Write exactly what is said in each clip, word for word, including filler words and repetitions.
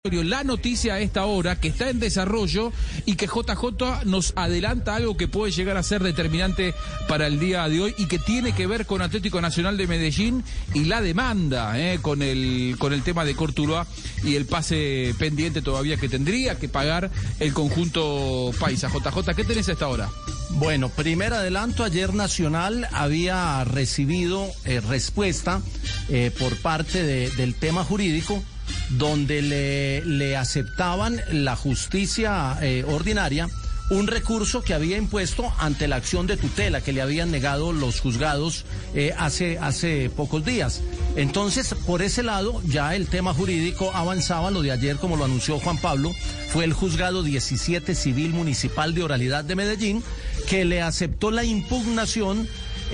La noticia a esta hora que está en desarrollo y que J J nos adelanta algo que puede llegar a ser determinante para el día de hoy y que tiene que ver con Atlético Nacional de Medellín y la demanda eh, con el con el tema de Cortuluá y el pase pendiente todavía que tendría que pagar el conjunto paisa. J J, ¿qué tenés a esta hora? Bueno, primer adelanto, ayer Nacional había recibido eh, respuesta eh, por parte de, del tema jurídico, donde le, le aceptaban la justicia eh, ordinaria un recurso que había impuesto ante la acción de tutela que le habían negado los juzgados eh, hace, hace pocos días. Entonces, por ese lado, ya el tema jurídico avanzaba. Lo de ayer, como lo anunció Juan Pablo, fue el juzgado diecisiete Civil Municipal de Oralidad de Medellín, que le aceptó la impugnación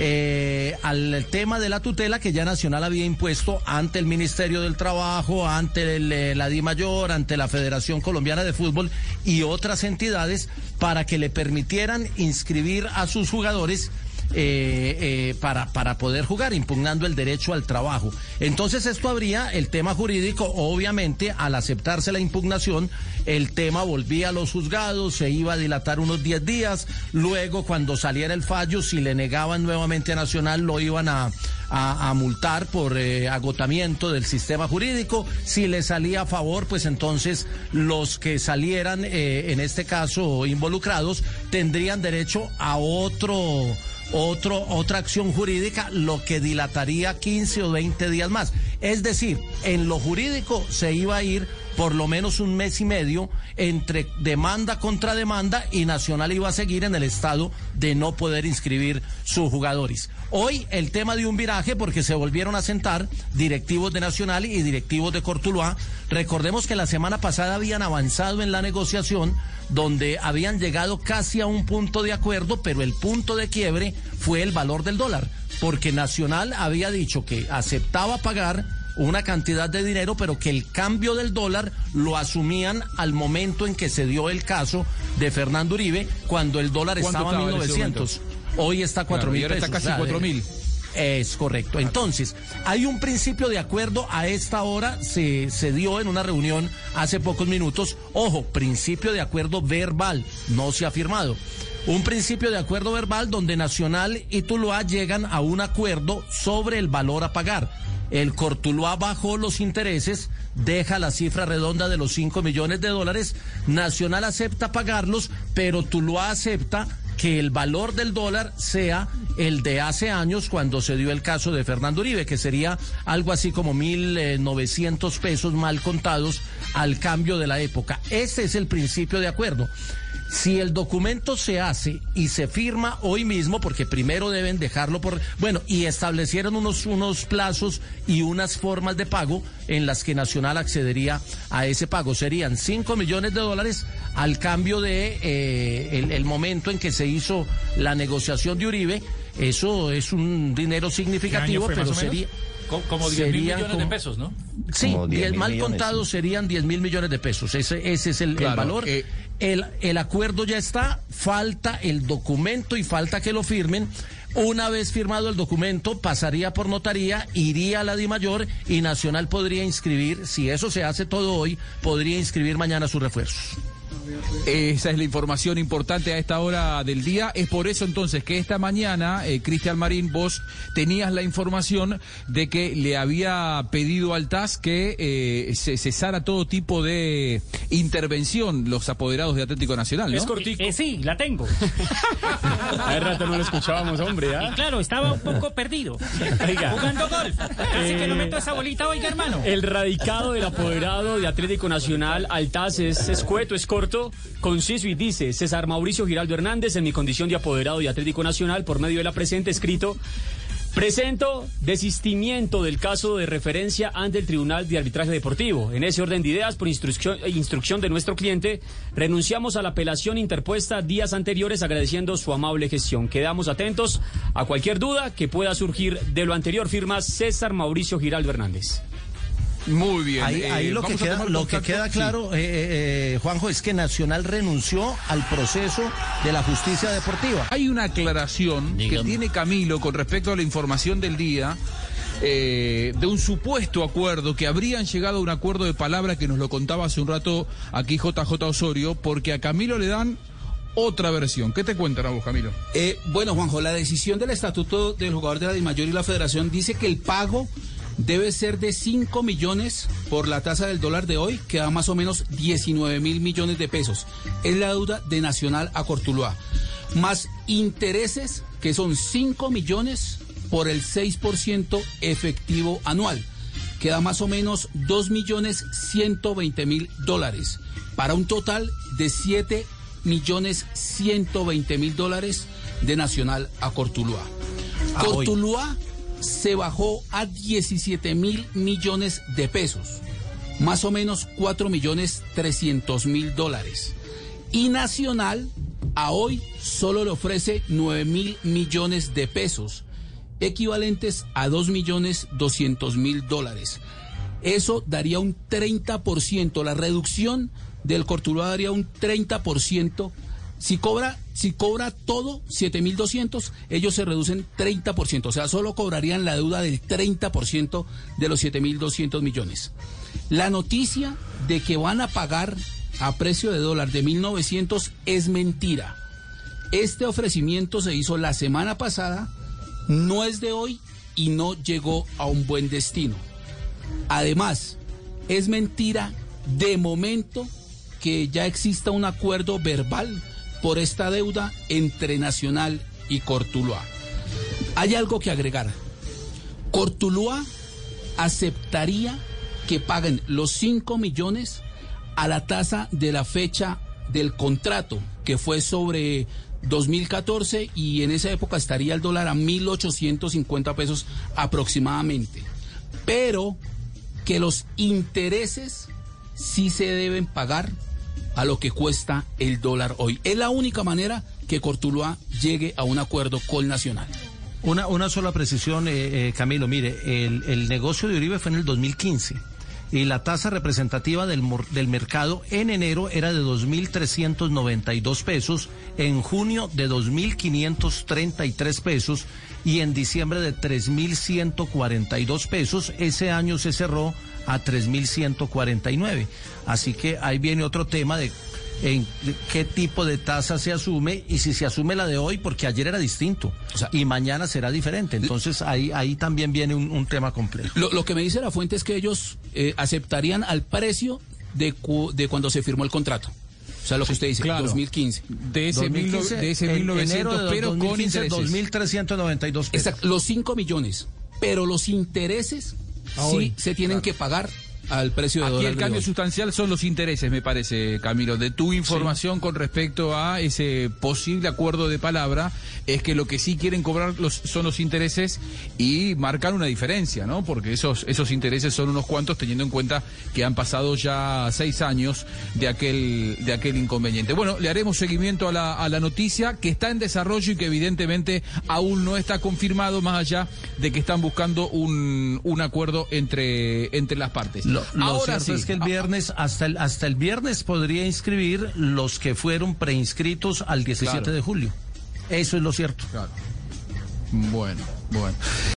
Eh, al tema de la tutela que ya Nacional había impuesto ante el Ministerio del Trabajo, ante el, eh, la DIMAYOR, ante la Federación Colombiana de Fútbol y otras entidades para que le permitieran inscribir a sus jugadores Eh, eh, para, para poder jugar, impugnando el derecho al trabajo. Entonces esto habría el tema jurídico. Obviamente, al aceptarse la impugnación, el tema volvía a los juzgados, se iba a dilatar unos diez días, luego cuando saliera el fallo, si le negaban nuevamente a Nacional, lo iban a, a, a multar por eh, agotamiento del sistema jurídico. Si le salía a favor, pues entonces los que salieran, eh, en este caso involucrados, tendrían derecho a otro Otro, otra acción jurídica, lo que dilataría quince o veinte días más. Es decir, en lo jurídico se iba a ir por lo menos un mes y medio entre demanda contra demanda, y Nacional iba a seguir en el estado de no poder inscribir sus jugadores. Hoy el tema de un viraje, porque se volvieron a sentar directivos de Nacional y directivos de Cortuluá. Recordemos que la semana pasada habían avanzado en la negociación, donde habían llegado casi a un punto de acuerdo, pero el punto de quiebre fue el valor del dólar, porque Nacional había dicho que aceptaba pagar una cantidad de dinero, pero que el cambio del dólar lo asumían al momento en que se dio el caso de Fernando Uribe, cuando el dólar estaba a mil novecientos. Hoy está a cuatro mil pesos. Está casi cuatro mil. Es correcto. Entonces, hay un principio de acuerdo a esta hora, se, se dio en una reunión hace pocos minutos. Ojo, principio de acuerdo verbal, no se ha firmado. Un principio de acuerdo verbal donde Nacional y Tuluá llegan a un acuerdo sobre el valor a pagar. El Cortuluá bajó los intereses, deja la cifra redonda de los cinco millones de dólares. Nacional acepta pagarlos, pero Tuluá acepta que el valor del dólar sea el de hace años, cuando se dio el caso de Fernando Uribe, que sería algo así como mil novecientos pesos mal contados al cambio de la época. Ese es el principio de acuerdo. Si el documento se hace y se firma hoy mismo, porque primero deben dejarlo por... Bueno, y establecieron unos, unos plazos y unas formas de pago en las que Nacional accedería a ese pago. Serían cinco millones de dólares al cambio de eh, el, el momento en que se hizo la negociación de Uribe. Eso es un dinero significativo, pero sería... Como diez mil millones como, de pesos, ¿no? Sí, diez mal millones, contados sí. Serían diez mil millones de pesos. Ese, ese es el, claro, el valor. Eh, el, el acuerdo ya está, falta el documento y falta que lo firmen. Una vez firmado el documento, pasaría por notaría, iría a la DIMAYOR y Nacional podría inscribir, si eso se hace todo hoy, podría inscribir mañana sus refuerzos. Esa es la información importante a esta hora del día. Es por eso entonces que esta mañana, eh, Cristian Marín, vos tenías la información de que le había pedido al T A S que eh, se cesara todo tipo de intervención los apoderados de Atlético Nacional, ¿no? Es cortico. Eh, eh, sí, la tengo. Hace rato no lo escuchábamos, hombre. ¿eh? Y claro, estaba un poco perdido. Oiga. Jugando golf. Así eh, que no meto esa bolita, oiga, hermano. El radicado del apoderado de Atlético Nacional al T A S es escueto, es corto, conciso y dice: César Mauricio Giraldo Hernández, en mi condición de apoderado de Atlético Nacional, por medio de la presente escrito, presento desistimiento del caso de referencia ante el Tribunal de Arbitraje Deportivo. En ese orden de ideas, por instrucción, instrucción de nuestro cliente, renunciamos a la apelación interpuesta días anteriores, agradeciendo su amable gestión. Quedamos atentos a cualquier duda que pueda surgir de lo anterior. Firma César Mauricio Giraldo Hernández. Muy bien. Ahí, eh, ahí lo, que queda, lo que queda claro, sí. eh, eh, Juanjo, es que Nacional renunció al proceso de la justicia deportiva. Hay una aclaración Dígame. que tiene Camilo con respecto a la información del día, eh, de un supuesto acuerdo, que habrían llegado a un acuerdo de palabra, que nos lo contaba hace un rato aquí J J Osorio, porque a Camilo le dan otra versión. ¿Qué te cuentan a vos, Camilo? Eh, bueno, Juanjo, la decisión del estatuto del jugador de la DIMAYOR y la federación dice que el pago debe ser de cinco millones por la tasa del dólar de hoy, que da más o menos diecinueve mil millones de pesos. Es la deuda de Nacional a Cortuluá. Más intereses, que son cinco millones por el seis por ciento efectivo anual, que da más o menos dos millones ciento veinte mil dólares, para un total de siete millones ciento veinte mil dólares de Nacional a Cortuluá. Ah, Cortuluá hoy se bajó a diecisiete mil millones de pesos, más o menos cuatro millones trescientos mil dólares. Y Nacional a hoy solo le ofrece nueve mil millones de pesos, equivalentes a dos millones doscientos mil dólares. Eso daría un treinta por ciento, la reducción del Cortuluá daría un treinta por ciento. Si cobra, si cobra todo, siete mil doscientos, ellos se reducen treinta por ciento, o sea, solo cobrarían la deuda del treinta por ciento de los siete mil doscientos millones. La noticia de que van a pagar a precio de dólar de mil novecientos es mentira. Este ofrecimiento se hizo la semana pasada, no es de hoy y no llegó a un buen destino. Además, es mentira de momento que ya exista un acuerdo verbal por esta deuda entre Nacional y Cortuluá. Hay algo que agregar. Cortuluá aceptaría que paguen los cinco millones a la tasa de la fecha del contrato, que fue sobre dos mil catorce, y en esa época estaría el dólar a mil ochocientos cincuenta pesos aproximadamente. Pero que los intereses sí se deben pagar a lo que cuesta el dólar hoy. Es la única manera que Cortuluá llegue a un acuerdo con Nacional. Una, una sola precisión, eh, eh, Camilo. Mire, el, el negocio de Uribe fue en el dos mil quince y la tasa representativa del, del mercado en enero era de dos mil trescientos noventa y dos pesos, en junio de dos mil quinientos treinta y tres pesos y en diciembre de tres mil ciento cuarenta y dos pesos. Ese año se cerró a tres mil ciento cuarenta y nueve. Así que ahí viene otro tema de en qué tipo de tasa se asume y si se asume la de hoy, porque ayer era distinto, o sea, y mañana será diferente. Entonces ahí ahí también viene un, un tema complejo. Lo, lo que me dice la fuente es que ellos eh, aceptarían al precio de, cu, de cuando se firmó el contrato. O sea, lo que usted dice, claro, dos mil quince. De ese, mil, de ese mil novecientos, de pero dos mil quince, con intereses. dos mil trescientos noventa y dos pesos. Exacto, los cinco millones, pero los intereses ah, sí hoy, se tienen claro. que pagar al precio de Aquí dólar. el cambio de sustancial son los intereses, me parece, Camilo. De tu información sí. con respecto a ese posible acuerdo de palabra, es que lo que sí quieren cobrar los, son los intereses y marcar una diferencia, ¿no? Porque esos, esos intereses son unos cuantos, teniendo en cuenta que han pasado ya seis años de aquel, de aquel inconveniente. Bueno, le haremos seguimiento a la, a la noticia, que está en desarrollo y que evidentemente aún no está confirmado, más allá de que están buscando un, un acuerdo entre, entre las partes. Lo, lo Ahora cierto sí. es que el viernes, hasta el, hasta el viernes podría inscribir los que fueron preinscritos al diecisiete claro. de julio. Eso es lo cierto. Claro. Bueno, bueno.